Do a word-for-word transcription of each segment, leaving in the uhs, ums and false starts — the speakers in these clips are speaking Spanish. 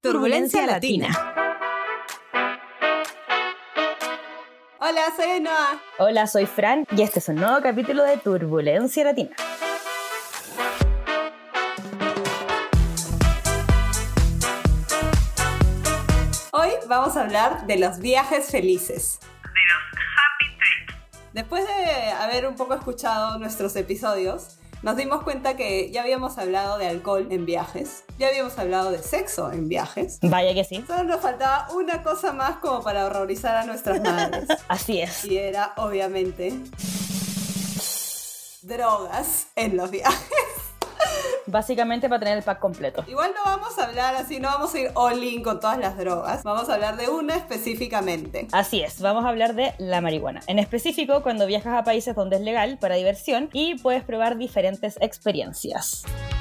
Turbulencia Latina. Hola, soy Noa. Hola, soy Fran y este es un nuevo capítulo de Turbulencia Latina. Hoy vamos a hablar de los viajes felices. De los happy trips. Después de haber un poco escuchado nuestros episodios, nos dimos cuenta que ya habíamos hablado de alcohol en viajes, ya habíamos hablado de sexo en viajes. Vaya que sí. Solo nos faltaba una cosa más como para horrorizar a nuestras madres. Así es. Y era, obviamente, drogas en los viajes. Básicamente para tener el pack completo. Igual no vamos a hablar así, no vamos a ir all in con todas las drogas. Vamos a hablar de una específicamente. Así es, vamos a hablar de la marihuana. En específico, cuando viajas a países donde es legal para diversión y puedes probar diferentes experiencias.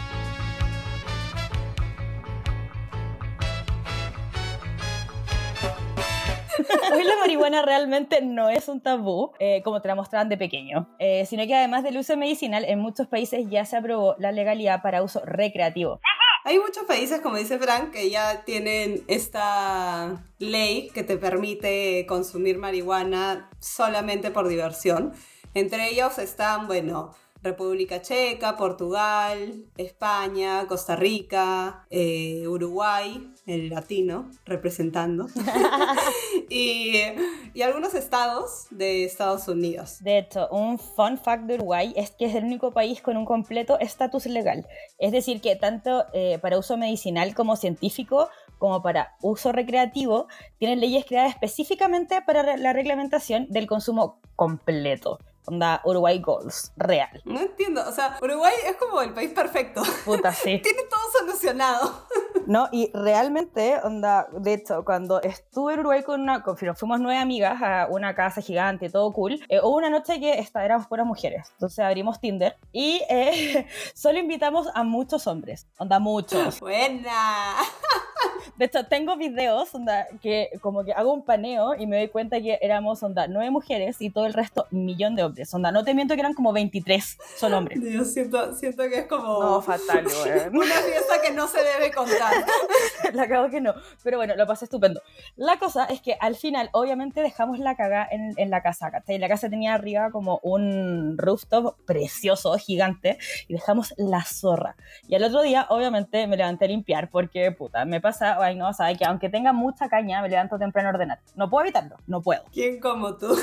Hoy la marihuana realmente no es un tabú, eh, como te la mostraban de pequeño, eh, sino que además del uso medicinal, en muchos países ya se aprobó la legalidad para uso recreativo. Hay muchos países, como dice Frank, que ya tienen esta ley que te permite consumir marihuana solamente por diversión. Entre ellos están, bueno, República Checa, Portugal, España, Costa Rica, eh, Uruguay, el latino representando, y, y algunos estados de Estados Unidos. De hecho, un fun fact de Uruguay es que es el único país con un completo estatus legal. Es decir, que tanto eh, para uso medicinal como científico, como para uso recreativo, tienen leyes creadas específicamente para la reglamentación del consumo completo. Onda Uruguay Goals, real. No entiendo, o sea, Uruguay es como el país perfecto. Puta, sí. Tiene todo solucionado. No, y realmente, onda, de hecho, cuando estuve en Uruguay con una, con, fuimos nueve amigas a una casa gigante, todo cool, eh, hubo una noche que esta, éramos puras mujeres, entonces abrimos Tinder y eh, solo invitamos a muchos hombres, onda, muchos. Buena. De hecho, tengo videos, onda, que como que hago un paneo y me doy cuenta que éramos, onda, nueve mujeres y todo el resto, millón de hombres. Onda, no te miento que eran como veintitrés solo hombres. Dios, siento, siento que es como... No, fatal, güey. Una fiesta que no se debe contar. La cago que no, pero bueno, lo pasé estupendo. La cosa es que al final, obviamente, dejamos la cagada en, en la casa, ¿cachai? La casa tenía arriba como un rooftop precioso, gigante, y dejamos la zorra. Y al otro día, obviamente, me levanté a limpiar porque, puta, me pasa, ay no, sabes que aunque tenga mucha caña, me levanto temprano a ordenar. No puedo evitarlo, no puedo. ¿Quién como tú?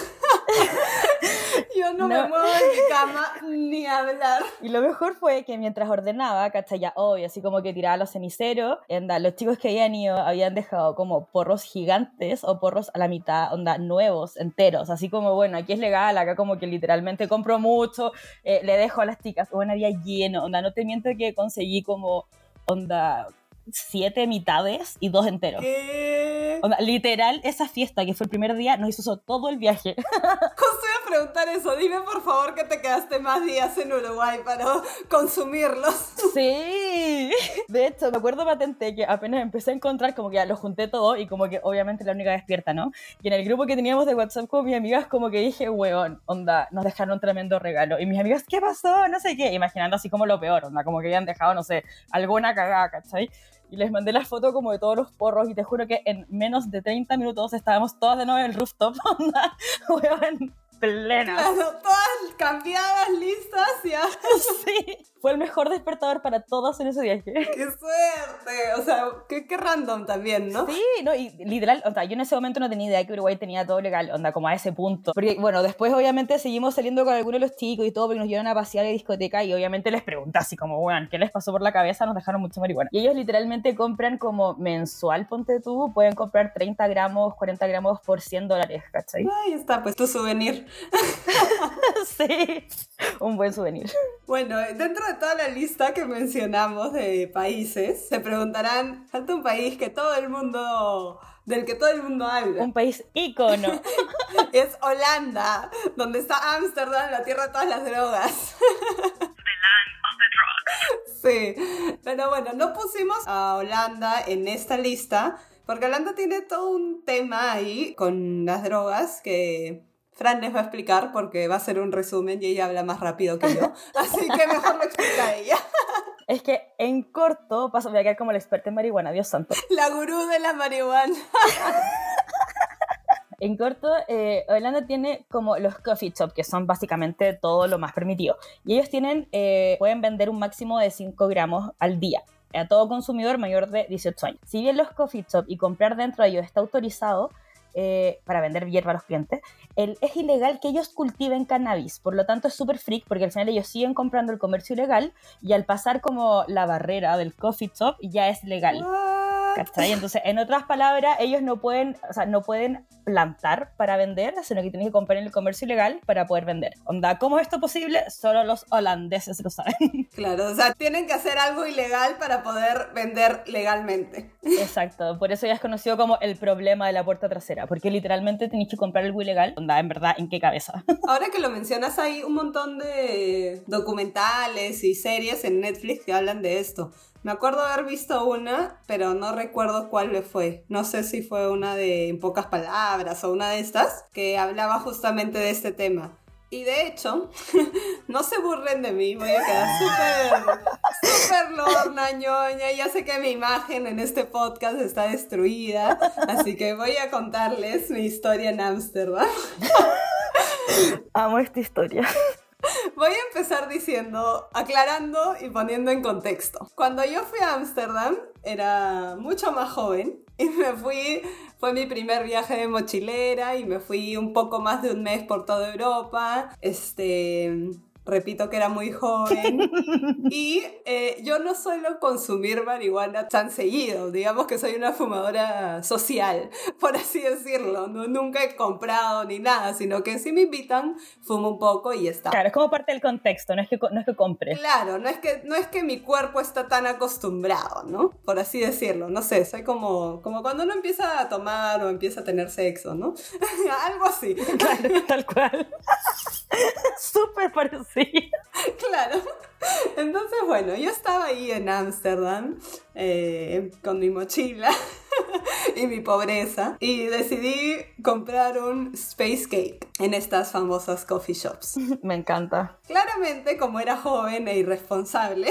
Yo no, no me muevo de mi cama ni a hablar. Y lo mejor fue que mientras ordenaba, ¿cachai? Ya obvio, así como que tiraba los ceniceros, onda, los chicos que habían ido habían dejado como porros gigantes o porros a la mitad, onda, nuevos, enteros, así como, bueno, aquí es legal, acá como que literalmente compro mucho, eh, le dejo a las chicas, bueno, había lleno, onda, no te miento que conseguí como, onda... siete mitades y dos enteros. ¿Qué? Onda, literal, esa fiesta que fue el primer día nos hizo todo el viaje. Justo iba a preguntar eso. Dime por favor que te quedaste más días en Uruguay para consumirlos. Sí. De hecho, me acuerdo patente que apenas empecé a encontrar, como que ya lo junté todo y como que obviamente la única despierta, ¿no? Y en el grupo que teníamos de WhatsApp con mis amigas, como que dije, weón, onda, nos dejaron un tremendo regalo. Y mis amigas, ¿qué pasó? No sé qué. Imaginando así como lo peor, onda, como que habían dejado, no sé, alguna cagada, ¿cachai? Y les mandé la foto como de todos los porros y te juro que en menos de treinta minutos estábamos todas de nuevo en el rooftop, onda, weón, plenas. Claro, todas cambiadas, listas, ya. Sí, fue el mejor despertador para todas en ese viaje. ¡Qué suerte! O sea, qué, qué random también, ¿no? Sí, no, y literal, o sea, yo en ese momento no tenía idea que Uruguay tenía todo legal, onda, como a ese punto. Porque, bueno, después obviamente seguimos saliendo con algunos de los chicos y todo, porque nos llevan a pasear a la discoteca y obviamente les pregunté así como, weón, ¿qué les pasó por la cabeza? Nos dejaron mucho marihuana. Y ellos literalmente compran como mensual, ponte tú, pueden comprar treinta gramos, cuarenta gramos por cien dólares, ¿cachai? Ahí está, pues tu souvenir. Sí, un buen souvenir. Bueno, dentro de toda la lista que mencionamos de países, se preguntarán, falta un país que todo el mundo, del que todo el mundo habla. Un país ícono. Es Holanda, donde está Ámsterdam, la tierra de todas las drogas. The land of the drugs. Sí, pero bueno, no pusimos a Holanda en esta lista, porque Holanda tiene todo un tema ahí con las drogas que Fran les va a explicar porque va a ser un resumen y ella habla más rápido que yo. Así que mejor lo explica ella. Es que en corto, paso, voy a quedar como la experta en marihuana, Dios santo. La gurú de la marihuana. En corto, eh, Holanda tiene como los coffee shop, que son básicamente todo lo más permitido. Y ellos tienen, eh, pueden vender un máximo de cinco gramos al día a todo consumidor mayor de dieciocho años. Si bien los coffee shop y comprar dentro de ellos está autorizado eh, para vender hierba a los clientes, el, es ilegal que ellos cultiven cannabis. Por lo tanto, es súper freak porque al final ellos siguen comprando el comercio ilegal y al pasar como la barrera del coffee shop ya es legal. ¿Cachai? Entonces, en otras palabras, ellos no pueden, o sea, no pueden plantar para vender, sino que tienen que comprar en el comercio ilegal para poder vender. Onda, ¿cómo es esto posible? Solo los holandeses lo saben. Claro, o sea, tienen que hacer algo ilegal para poder vender legalmente. Exacto, por eso ya es conocido como el problema de la puerta trasera, porque literalmente tenéis que comprar algo ilegal. Onda, en verdad, ¿en qué cabeza? Ahora que lo mencionas, hay un montón de documentales y series en Netflix que hablan de esto. Me acuerdo haber visto una, pero no recuerdo cuál fue. No sé si fue una de En pocas palabras o una de estas, que hablaba justamente de este tema. Y de hecho, no se burlen de mí, voy a quedar súper, súper lorna, ñoña. Ya sé que mi imagen en este podcast está destruida, así que voy a contarles mi historia en Ámsterdam. Amo esta historia. Voy a empezar diciendo, aclarando y poniendo en contexto. Cuando yo fui a Ámsterdam, era mucho más joven y me fui, fue mi primer viaje de mochilera y me fui un poco más de un mes por toda Europa. Este... Repito que era muy joven y eh, yo no suelo consumir marihuana tan seguido, digamos que soy una fumadora social, por así decirlo, ¿no? Nunca he comprado ni nada, sino que si me invitan, fumo un poco y ya está. Claro, es como parte del contexto, no es que, no es que compre. Claro, no es que, no es que mi cuerpo está tan acostumbrado, ¿no? Por así decirlo, no sé, soy como, como cuando uno empieza a tomar o empieza a tener sexo, ¿no? Algo así. Claro, tal cual. Súper parecido. Sí. Claro. Entonces, bueno, yo estaba ahí en Ámsterdam eh, con mi mochila y mi pobreza y decidí comprar un Space Cake en estas famosas coffee shops. Me encanta. Claramente, como era joven e irresponsable,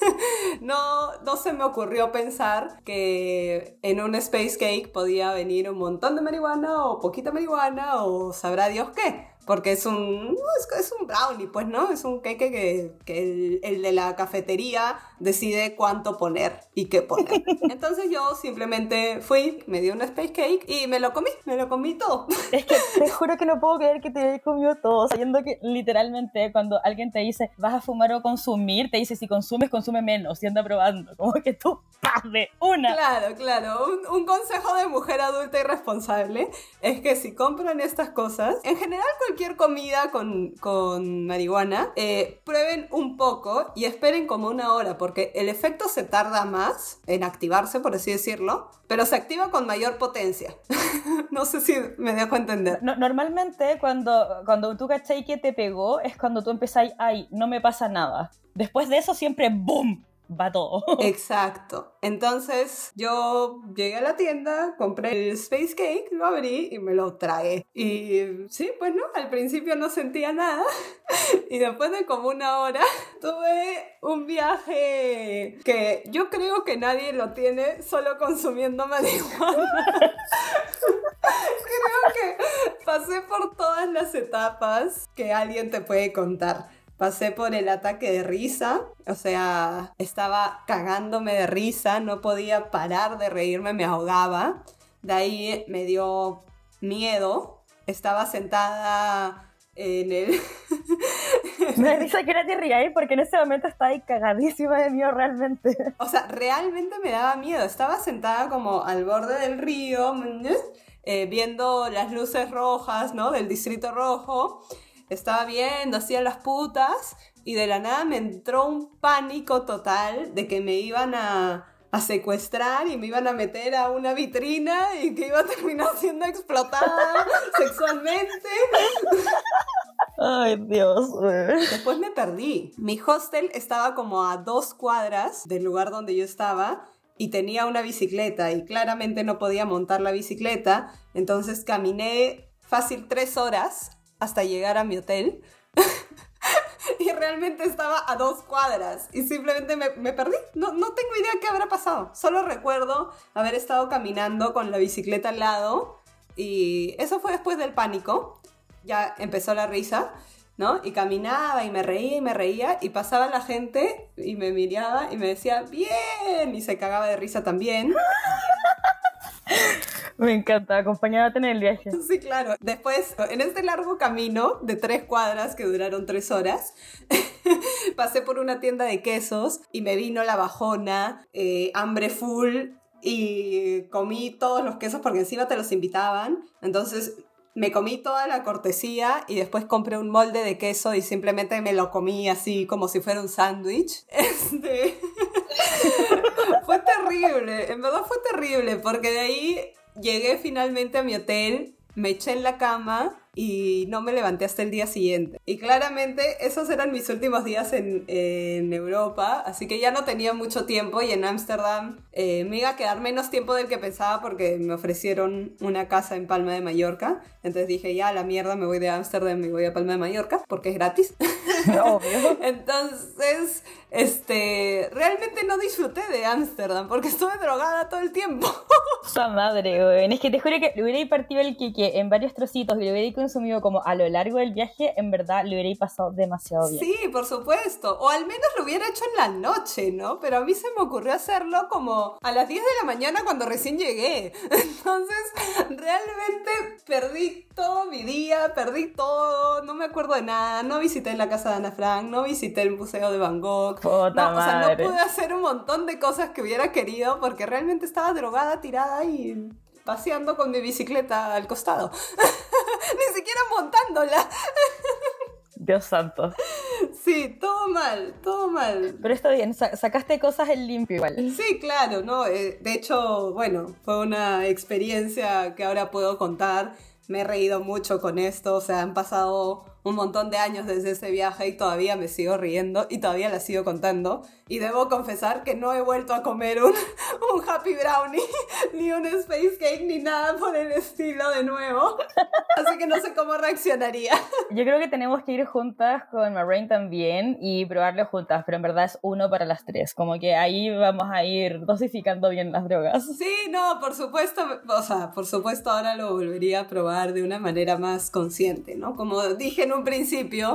no, no se me ocurrió pensar que en un Space Cake podía venir un montón de marihuana o poquita marihuana o sabrá Dios qué. Porque es un, es, es un brownie, pues, ¿no? Es un queque que, que el, el de la cafetería decide cuánto poner y qué poner. Entonces yo simplemente fui, me di un Space Cake y me lo comí, me lo comí todo. Es que te juro que no puedo creer que te hayas comido todo, sabiendo que literalmente cuando alguien te dice vas a fumar o consumir, te dice si consumes, consume menos y anda probando. Como que tú, ¡paz! De una. Claro, claro. Un, un consejo de mujer adulta y responsable es que si compran estas cosas, en general cualquier comida con, con marihuana, eh, prueben un poco y esperen como una hora, porque el efecto se tarda más en activarse, por así decirlo, pero se activa con mayor potencia. No sé si me dejo entender. No, normalmente cuando, cuando tú cachai que te pegó es cuando tú empezás, ay, no me pasa nada. Después de eso siempre ¡boom! Va todo. Exacto. Entonces yo llegué a la tienda, compré el Space Cake, lo abrí y me lo tragué. Y sí, pues no, al principio no sentía nada. Y después de como una hora tuve un viaje que yo creo que nadie lo tiene solo consumiendo marihuana. Creo que pasé por todas las etapas que alguien te puede contar. Pasé por el ataque de risa, o sea, estaba cagándome de risa, no podía parar de reírme, me ahogaba. De ahí me dio miedo, estaba sentada en el... Me da risa que no te rías porque en ese momento estaba ahí cagadísima de miedo realmente. O sea, realmente me daba miedo, estaba sentada como al borde del río, eh, viendo las luces rojas, ¿no? Del Distrito Rojo. Estaba viendo, hacía las putas y de la nada me entró un pánico total de que me iban a, a secuestrar y me iban a meter a una vitrina y que iba a terminar siendo explotada sexualmente. Ay, Dios. Después me perdí. Mi hostel estaba como a dos cuadras del lugar donde yo estaba y tenía una bicicleta y claramente no podía montar la bicicleta. Entonces caminé fácil tres horas hasta llegar a mi hotel. y realmente estaba a dos cuadras y simplemente me, me perdí. No, no tengo idea qué habrá pasado. Solo recuerdo haber estado caminando con la bicicleta al lado y eso fue después del pánico. Ya empezó la risa, ¿no? Y caminaba y me reía y me reía y pasaba la gente y me miraba y me decía ¡bien! Y se cagaba de risa también. Me encanta, acompañándote en el viaje. Sí, claro. Después, en este largo camino de tres cuadras que duraron tres horas, pasé por una tienda de quesos y me vino la bajona, eh, hambre full, y comí todos los quesos porque encima te los invitaban. Entonces me comí toda la cortesía y después compré un molde de queso y simplemente me lo comí así como si fuera un sándwich. Este... Fue terrible, en verdad fue terrible, porque de ahí llegué finalmente a mi hotel, me eché en la cama y no me levanté hasta el día siguiente. Y claramente esos eran mis últimos días en, en Europa, así que ya no tenía mucho tiempo y en Ámsterdam eh, me iba a quedar menos tiempo del que pensaba porque me ofrecieron una casa en Palma de Mallorca. Entonces dije, ya, a la mierda, me voy de Ámsterdam y voy a Palma de Mallorca porque es gratis. Obvio. Entonces, este, realmente no disfruté de Ámsterdam porque estuve drogada todo el tiempo. Esa madre, güey. Es que te juro que le hubiera partido el quique en varios trocitos y le hubiera consumido como a lo largo del viaje, en verdad le hubiera pasado demasiado bien. Sí, por supuesto. O al menos lo hubiera hecho en la noche, ¿no? Pero a mí se me ocurrió hacerlo como a las diez de la mañana cuando recién llegué. Entonces, realmente perdí todo mi día, perdí todo, no me acuerdo de nada. No visité la casa de Ana Frank, no visité el museo de Van Gogh. Puta no, o sea, madre. no pude hacer un montón de cosas que hubiera querido porque realmente estaba drogada, tirada y paseando con mi bicicleta al costado. Ni siquiera montándola. Dios santo. Sí, todo mal, todo mal. Pero está bien, sa- sacaste cosas en limpio igual. Sí, claro, ¿no? Eh, de hecho, bueno, fue una experiencia que ahora puedo contar. Me he reído mucho con esto, o sea, han pasado un montón de años desde ese viaje y todavía me sigo riendo y todavía la sigo contando. Y debo confesar que no he vuelto a comer un, un Happy Brownie, ni un Space Cake, ni nada por el estilo de nuevo. Así que no sé cómo reaccionaría. Yo creo que tenemos que ir juntas con Marraine también y probarlo juntas, pero en verdad es uno para las tres. Como que ahí vamos a ir dosificando bien las drogas. Sí, no, por supuesto, o sea, por supuesto ahora lo volvería a probar de una manera más consciente, ¿no? Como dije en un principio,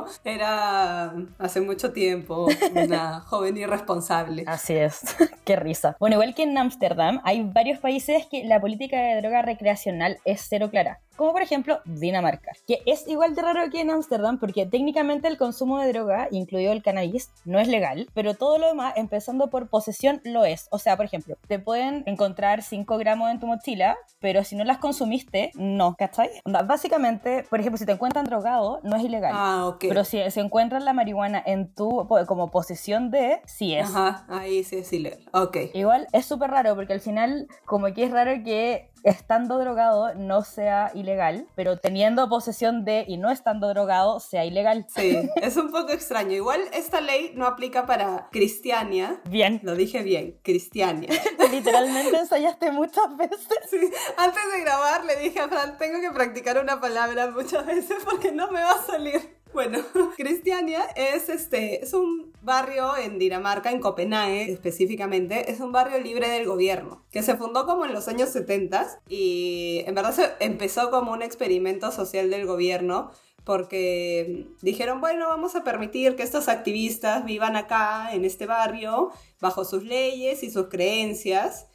era hace mucho tiempo una joven irresponsable. Así es, qué risa. Bueno, igual que en Ámsterdam, hay varios países que la política de droga recreacional es cero clara. Como por ejemplo Dinamarca, que es igual de raro que en Ámsterdam porque técnicamente el consumo de droga, incluido el cannabis, no es legal, pero todo lo demás, empezando por posesión, lo es. O sea, por ejemplo, te pueden encontrar cinco gramos en tu mochila, pero si no las consumiste, no, ¿cachai? Onda, básicamente, por ejemplo, si te encuentran drogado, no es ilegal. Ah, ok. Pero si se encuentran la marihuana en tu, como posesión de, sí es. Ajá, ahí sí es ilegal. Ok. Igual es súper raro porque al final como que es raro que estando drogado no sea ilegal, pero teniendo posesión de y no estando drogado sea ilegal. Sí, es un poco extraño. Igual esta ley no aplica para Cristiania. Bien. Lo dije bien, Cristiania. Literalmente ensayaste muchas veces. Sí, antes de grabar le dije a Fran, tengo que practicar una palabra muchas veces porque no me va a salir. Bueno, Cristiania es, este, es un barrio en Dinamarca, en Copenhague específicamente. Es un barrio libre del gobierno, que se fundó como en los años setenta y en verdad se empezó como un experimento social del gobierno porque dijeron, bueno, vamos a permitir que estos activistas vivan acá, en este barrio, bajo sus leyes y sus creencias.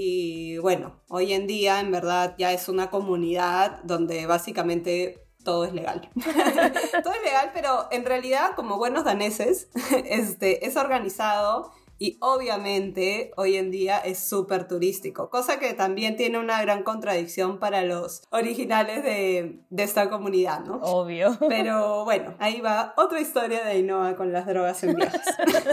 Y bueno, hoy en día en verdad ya es una comunidad donde básicamente todo es legal. Todo es legal, pero en realidad, como buenos daneses, este, es organizado y obviamente hoy en día es súper turístico, cosa que también tiene una gran contradicción para los originales de, de esta comunidad, ¿no? Obvio. Pero bueno, ahí va otra historia de Ainhoa con las drogas en viajes.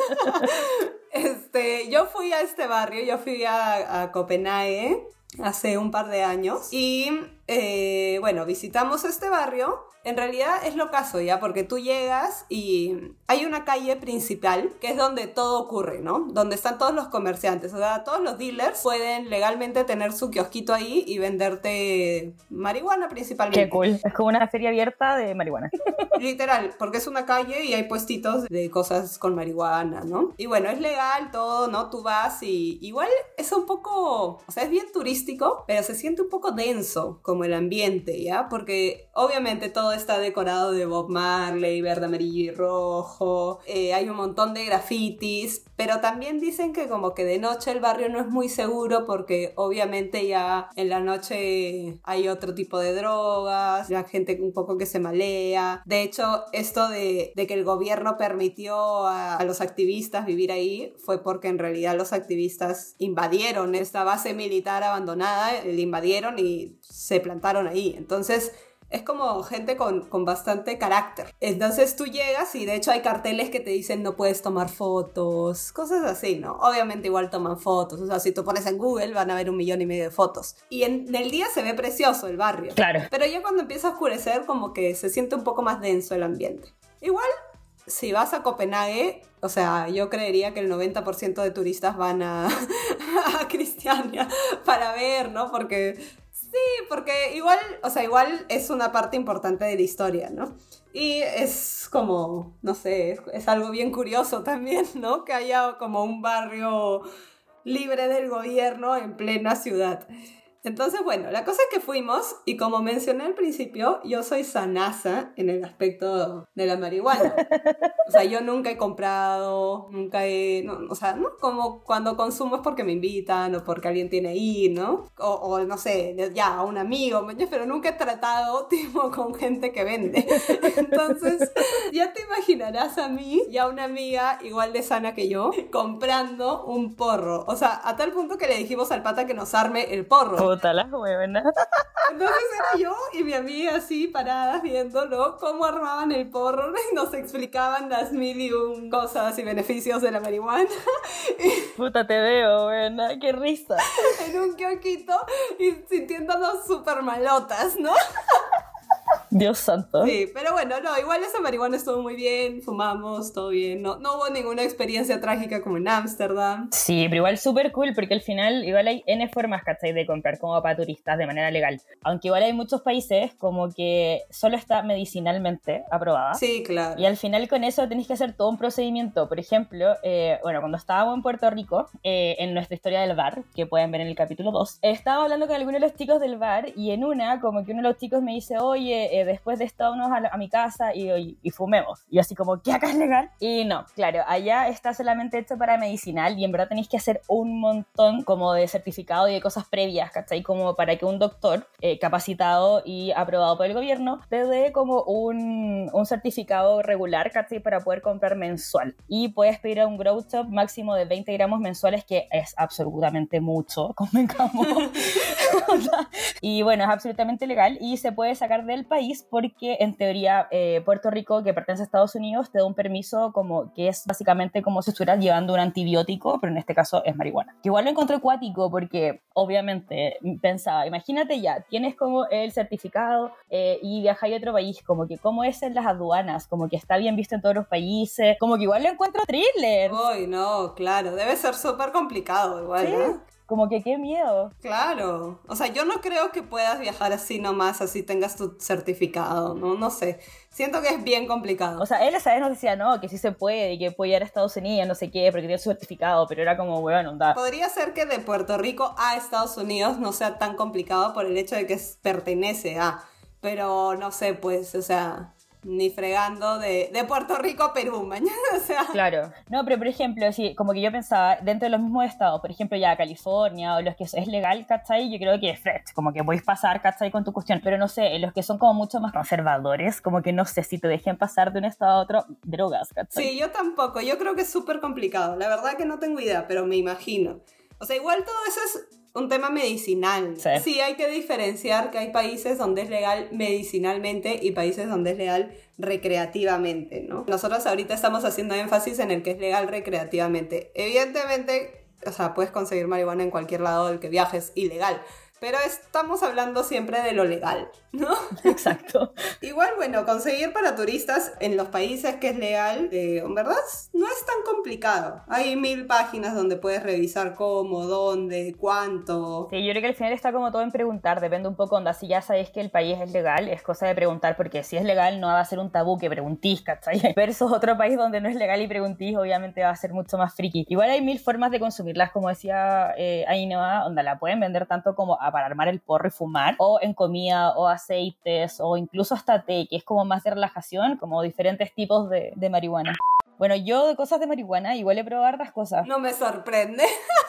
Este, yo fui a este barrio, yo fui a, a Copenhague hace un par de años y eh, bueno, visitamos este barrio. En realidad es lo caso, ¿ya? Porque tú llegas y hay una calle principal que es donde todo ocurre, ¿no? Donde están todos los comerciantes. O sea, todos los dealers pueden legalmente tener su kiosquito ahí y venderte marihuana principalmente. Qué cool. Es como una feria abierta de marihuana. Literal, porque es una calle y hay puestitos de cosas con marihuana, ¿no? Y bueno, es legal todo, ¿no? Tú vas y igual es un poco, o sea, es bien turístico, pero se siente un poco denso como el ambiente, ¿ya? Porque obviamente todo está decorado de Bob Marley, verde, amarillo y rojo, eh, hay un montón de grafitis, pero también dicen que como que de noche el barrio no es muy seguro porque obviamente ya en la noche hay otro tipo de drogas, la gente un poco que se malea. De hecho, esto de, de que el gobierno permitió a, a los activistas vivir ahí fue porque en realidad los activistas invadieron esta base militar abandonada, la invadieron y se plantaron ahí. Entonces es como gente con, con bastante carácter. Entonces tú llegas y de hecho hay carteles que te dicen no puedes tomar fotos, cosas así, ¿no? Obviamente igual toman fotos, o sea, si tú pones en Google van a ver un millón y medio de fotos. Y en el día se ve precioso el barrio. Claro. Pero ya cuando empieza a oscurecer como que se siente un poco más denso el ambiente. Igual, si vas a Copenhague, o sea, yo creería que el noventa por ciento de turistas van a, a Cristiania para ver, ¿no? Porque... Sí, porque igual, o sea, igual es una parte importante de la historia, ¿no? Y es como, no sé, es, es algo bien curioso también, ¿no? Que haya como un barrio libre del gobierno en plena ciudad. Entonces, bueno, la cosa es que fuimos y como mencioné al principio, yo soy sanaza en el aspecto de la marihuana. O sea, yo nunca he comprado, nunca he... No, o sea, ¿no? Como cuando consumo es porque me invitan o porque alguien tiene ahí, ¿no? O, o no sé, ya, a un amigo, pero nunca he tratado, tipo, con gente que vende. Entonces, ya te imaginarás a mí y a una amiga igual de sana que yo comprando un porro. O sea, a tal punto que le dijimos al pata que nos arme el porro. Puta la huevona. Entonces era yo y mi amiga así paradas viéndolo, cómo armaban el porro y nos explicaban las mil y un cosas y beneficios de la marihuana. Puta, te veo, buena, qué risa. En un kiosquito y sintiéndonos súper malotas, ¿no? Dios santo. Sí, pero bueno, no, igual esa marihuana estuvo muy bien, fumamos, todo bien, no, no hubo ninguna experiencia trágica como en Ámsterdam. Sí, pero igual súper cool, porque al final igual hay N formas, ¿cachai? De comprar como para turistas de manera legal. Aunque igual hay muchos países como que solo está medicinalmente aprobada. Sí, claro. Y al final con eso tenés que hacer todo un procedimiento. Por ejemplo, eh, bueno, cuando estábamos en Puerto Rico, eh, en nuestra historia del bar, que pueden ver en el capítulo dos, eh, estaba hablando con algunos de los chicos del bar y en una, como que uno de los chicos me dice, oye, eh, después de esto vámonos a, la, a mi casa y, y, y fumemos. Y yo así como, ¿qué acá es legal? Y no, claro, allá está solamente hecho para medicinal y en verdad tenéis que hacer un montón como de certificado y de cosas previas, ¿cachai? Como para que un doctor eh, capacitado y aprobado por el gobierno te dé como un, un certificado regular, ¿cachai? Para poder comprar mensual. Y puedes pedir a un grow shop máximo de veinte gramos mensuales, que es absolutamente mucho, convengamos. Y bueno, es absolutamente legal y se puede sacar del país porque en teoría eh, Puerto Rico, que pertenece a Estados Unidos, te da un permiso como que es básicamente como si estuvieras llevando un antibiótico, pero en este caso es marihuana. Que igual lo encontré acuático porque obviamente pensaba, imagínate ya, tienes como el certificado eh, y viajas a otro país, como que cómo es en las aduanas, como que está bien visto en todos los países, como que igual lo encuentro thriller. Uy, no, claro, debe ser súper complicado igual, ¿Sí? ¿no? Como que qué miedo. Claro, o sea, yo no creo que puedas viajar así nomás, así tengas tu certificado, no, no sé, siento que es bien complicado. O sea, él esa vez nos decía, no, que sí se puede, y que puede ir a Estados Unidos, no sé qué, porque tiene su certificado, pero era como, bueno, onda. Podría ser que de Puerto Rico a Estados Unidos no sea tan complicado por el hecho de que es, pertenece a, pero no sé, pues, o sea... ni fregando de, de Puerto Rico a Perú, mañana, o sea... Claro. No, pero por ejemplo, sí, como que yo pensaba, dentro de los mismos estados, por ejemplo, ya California, o los que es legal, ¿cachai? Yo creo que es fresh, como que podéis pasar, ¿cachai? Con tu cuestión, pero no sé, los que son como mucho más conservadores, como que no sé si te dejen pasar de un estado a otro drogas, ¿cachai? Sí, yo tampoco, yo creo que es súper complicado, la verdad que no tengo idea, pero me imagino. O sea, igual todo eso es un tema medicinal. Sí. Sí, hay que diferenciar que hay países donde es legal medicinalmente y países donde es legal recreativamente, ¿no? Nosotros ahorita estamos haciendo énfasis en el que es legal recreativamente. Evidentemente, o sea, puedes conseguir marihuana en cualquier lado del que viajes ilegal, pero estamos hablando siempre de lo legal, ¿no? Exacto. Igual, bueno, conseguir para turistas en los países que es legal, eh, en verdad no es tan complicado. Hay mil páginas donde puedes revisar cómo, dónde, cuánto. Sí, yo creo que al final está como todo en preguntar, depende un poco, onda, si ya sabéis que el país es legal, es cosa de preguntar, porque si es legal no va a ser un tabú que preguntís, ¿cachai? Versus otro país donde no es legal y preguntís, obviamente va a ser mucho más friki. Igual hay mil formas de consumirlas, como decía eh, Ainhoa, onda, la pueden vender tanto como a, para armar el porro y fumar, o en comida, o aceites, o incluso hasta té, que es como más de relajación, como diferentes tipos de, de marihuana. Bueno, yo de cosas de marihuana igual he probado hartas cosas. No me sorprende.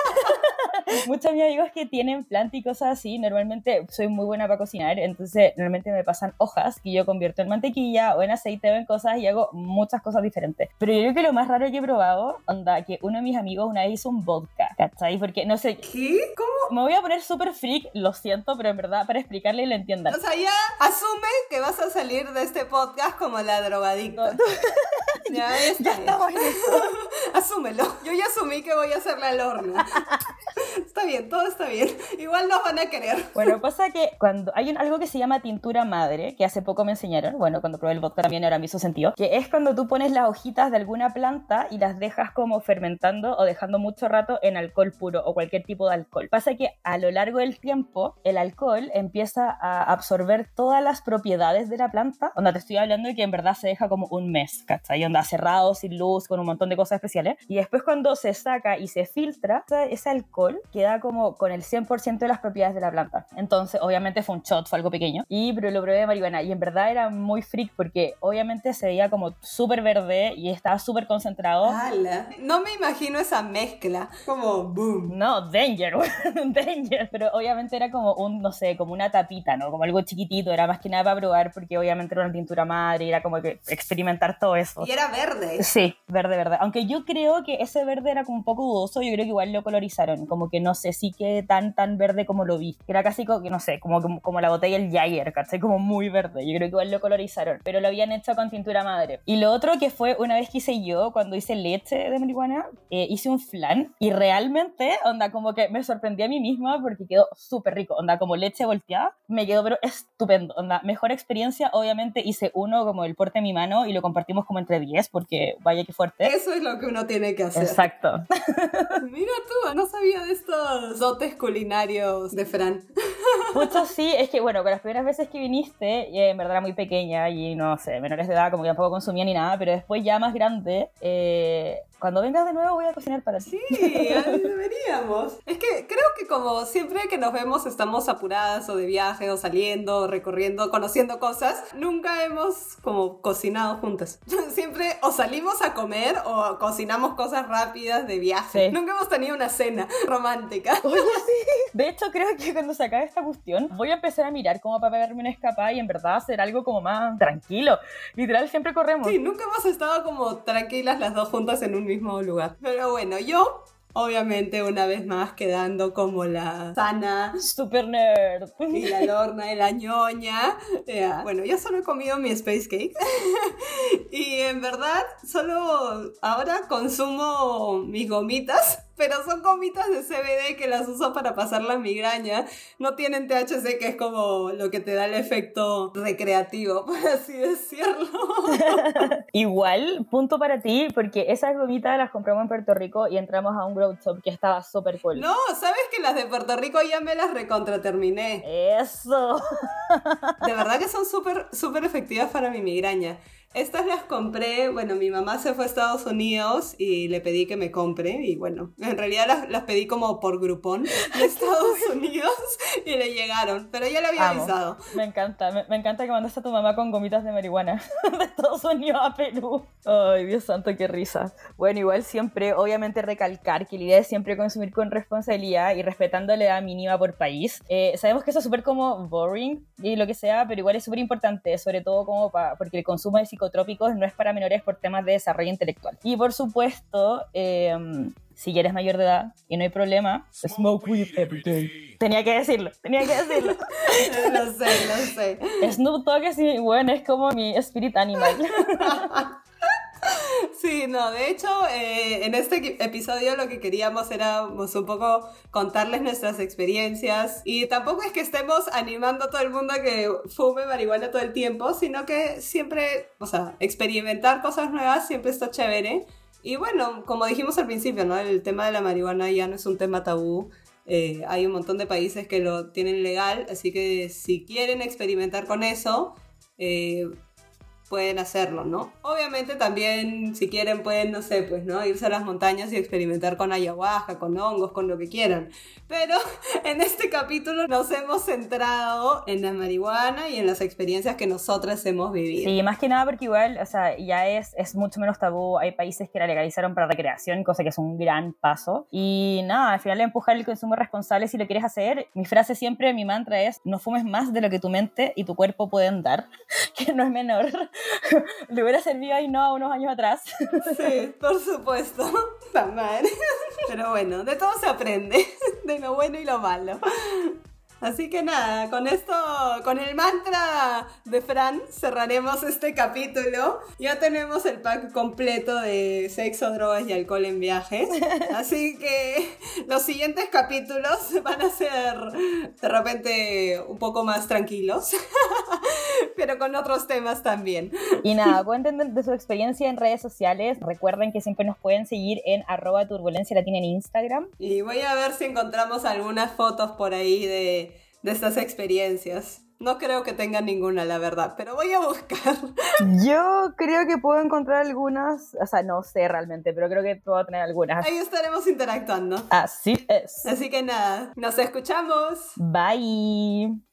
Muchos de mis amigos que tienen planta y cosas así, normalmente soy muy buena para cocinar, entonces normalmente me pasan hojas que yo convierto en mantequilla o en aceite o en cosas y hago muchas cosas diferentes. Pero yo creo que lo más raro que he probado, onda, que uno de mis amigos una vez hizo un vodka, ¿cachai? Porque no sé... ¿Qué? ¿Cómo? Me voy a poner súper freak, lo siento, pero en verdad para explicarle y lo entiendan. O sea, ya asume que vas a salir de este podcast como la drogadicta. No, tú... Ya, ya, está, ya estamos en esto. Asúmelo. Yo ya asumí que voy a hacerla al horno. Está bien, todo está bien. Igual nos van a querer. Bueno, pasa que cuando hay un, algo que se llama tintura madre, que hace poco me enseñaron, bueno, cuando probé el vodka también ahora me hizo sentido, que es cuando tú pones las hojitas de alguna planta y las dejas como fermentando o dejando mucho rato en alcohol puro o cualquier tipo de alcohol. Pasa que a lo largo del tiempo el alcohol empieza a absorber todas las propiedades de la planta. Onda, te estoy hablando de que en verdad se deja como un mes, ¿cachai? Onda, cerrado, sin luz, con un montón de cosas especiales. Y después cuando se saca y se filtra, ese alcohol queda como con el cien por ciento de las propiedades de la planta. Entonces, obviamente fue un shot, fue algo pequeño. Y pero lo probé de marihuana y en verdad era muy freak porque obviamente se veía como súper verde y estaba súper concentrado. ¡Hala! No me imagino esa mezcla. Como boom. No, danger, danger. Pero obviamente era como un, no sé, como una tapita, ¿no? Como algo chiquitito. Era más que nada para probar porque obviamente era una tintura madre y era como que experimentar todo eso. Y era verde. Sí, verde, verde. Aunque yo creo que ese verde era como un poco dudoso, yo creo que igual lo colorizaron. Como que no sé si que tan, tan verde como lo vi. Que era casi, como, no sé, como, como, como la botella del Jaeger, ¿cachai? Como muy verde. Yo creo que igual lo colorizaron. Pero lo habían hecho con tintura madre. Y lo otro que fue una vez que hice yo, cuando hice leche de marihuana, eh, hice un flan. Y realmente, onda, como que me sorprendí a mí misma porque quedó súper rico. Onda, como leche volteada, me quedó pero estupendo. Onda, mejor experiencia. Obviamente hice uno como el porte de mi mano y lo compartimos como entre diez porque vaya que fuerte. Eso es lo que uno tiene que hacer. Exacto. Mira tú, no sabía de estos dotes culinarios de Fran. Mucho sí, es que bueno, con las primeras veces que viniste, eh, en verdad era muy pequeña y no sé, menores de edad, como que tampoco consumía ni nada, pero después ya más grande, eh, cuando vengas de nuevo voy a cocinar para ti. Sí, deberíamos. Es que creo que como siempre que nos vemos estamos apuradas o de viaje o saliendo, o recorriendo, conociendo cosas, nunca hemos como cocinado juntas. Siempre o salimos a comer o cocinamos cosas rápidas de viaje. Sí. Nunca hemos tenido una cena romántica. Oye, sí. De hecho, creo que cuando se acabe esta cuestión, voy a empezar a mirar como para pegarme una escapada y en verdad hacer algo como más tranquilo. Literal, siempre corremos. Sí, nunca hemos estado como tranquilas las dos juntas en un mismo lugar. Pero bueno, yo... Obviamente, una vez más quedando como la sana super nerd y la lorna y la ñoña. Yeah. Bueno, yo solo he comido mi space cake y en verdad solo ahora consumo mis gomitas, pero son gomitas de C B D que las uso para pasar la migraña. No tienen T H C, que es como lo que te da el efecto recreativo, por así decirlo. Igual, punto para ti, porque esas gomitas las compramos en Puerto Rico y entramos a un grow shop que estaba súper cool. No, ¿sabes que las de Puerto Rico ya me las recontraterminé? Eso. De verdad que son súper, súper efectivas para mi migraña. Estas las compré, bueno, mi mamá se fue a Estados Unidos y le pedí que me compre y bueno, en realidad las, las pedí como por Groupon de Estados Unidos y le llegaron, pero ya le había Amo. avisado. Me encanta, me, me encanta que mandaste a tu mamá con gomitas de marihuana de Estados Unidos a Perú. Ay, Dios santo, qué risa. Bueno, igual siempre, obviamente recalcar que la idea es siempre consumir con responsabilidad y respetando la edad mínima por país. Eh, sabemos que eso es súper como boring y lo que sea, pero igual es súper importante, sobre todo como pa, porque el consumo de psicotrópicos no es para menores por temas de desarrollo intelectual. Y por supuesto, eh, si eres mayor de edad y no hay problema, smoke weed every day. Tenía que decirlo, tenía que decirlo. Lo sé, lo sé. Snoop Dogg es, bueno, es como mi spirit animal. Sí, Sí, no, de hecho, eh, en este episodio lo que queríamos era pues, un poco contarles nuestras experiencias y tampoco es que estemos animando a todo el mundo a que fume marihuana todo el tiempo, sino que siempre, o sea, experimentar cosas nuevas siempre está chévere. Y bueno, como dijimos al principio, ¿no? El tema de la marihuana ya no es un tema tabú. Eh, hay un montón de países que lo tienen legal, así que si quieren experimentar con eso, eh, pueden hacerlo, ¿no? Obviamente también, si quieren, pueden, no sé, pues, ¿no? Irse a las montañas y experimentar con ayahuasca, con hongos, con lo que quieran. Pero en este capítulo nos hemos centrado en la marihuana y en las experiencias que nosotras hemos vivido. Sí, más que nada porque igual, o sea, ya es, es mucho menos tabú. Hay países que la legalizaron para recreación, cosa que es un gran paso. Y nada, al final empujar el consumo responsable si lo quieres hacer. Mi frase siempre, mi mantra es, no fumes más de lo que tu mente y tu cuerpo pueden dar, que no es menor. Le hubiera servido ahí no unos años atrás. Sí, por supuesto. Tan mal. Pero bueno, de todo se aprende, de lo bueno y lo malo. Así que nada, con esto, con el mantra de Fran, cerraremos este capítulo. Ya tenemos el pack completo de sexo, drogas y alcohol en viajes. Así que los siguientes capítulos van a ser de repente un poco más tranquilos, pero con otros temas también. Y nada, cuenten de, de su experiencia en redes sociales. Recuerden que siempre nos pueden seguir en arroba turbulencia latina en Instagram. Y voy a ver si encontramos algunas fotos por ahí de de estas experiencias. No creo que tengan ninguna, la verdad, pero voy a buscar. Yo creo que puedo encontrar algunas, o sea, no sé realmente, pero creo que puedo tener algunas. Ahí estaremos interactuando. Así es. Así que nada, nos escuchamos. Bye.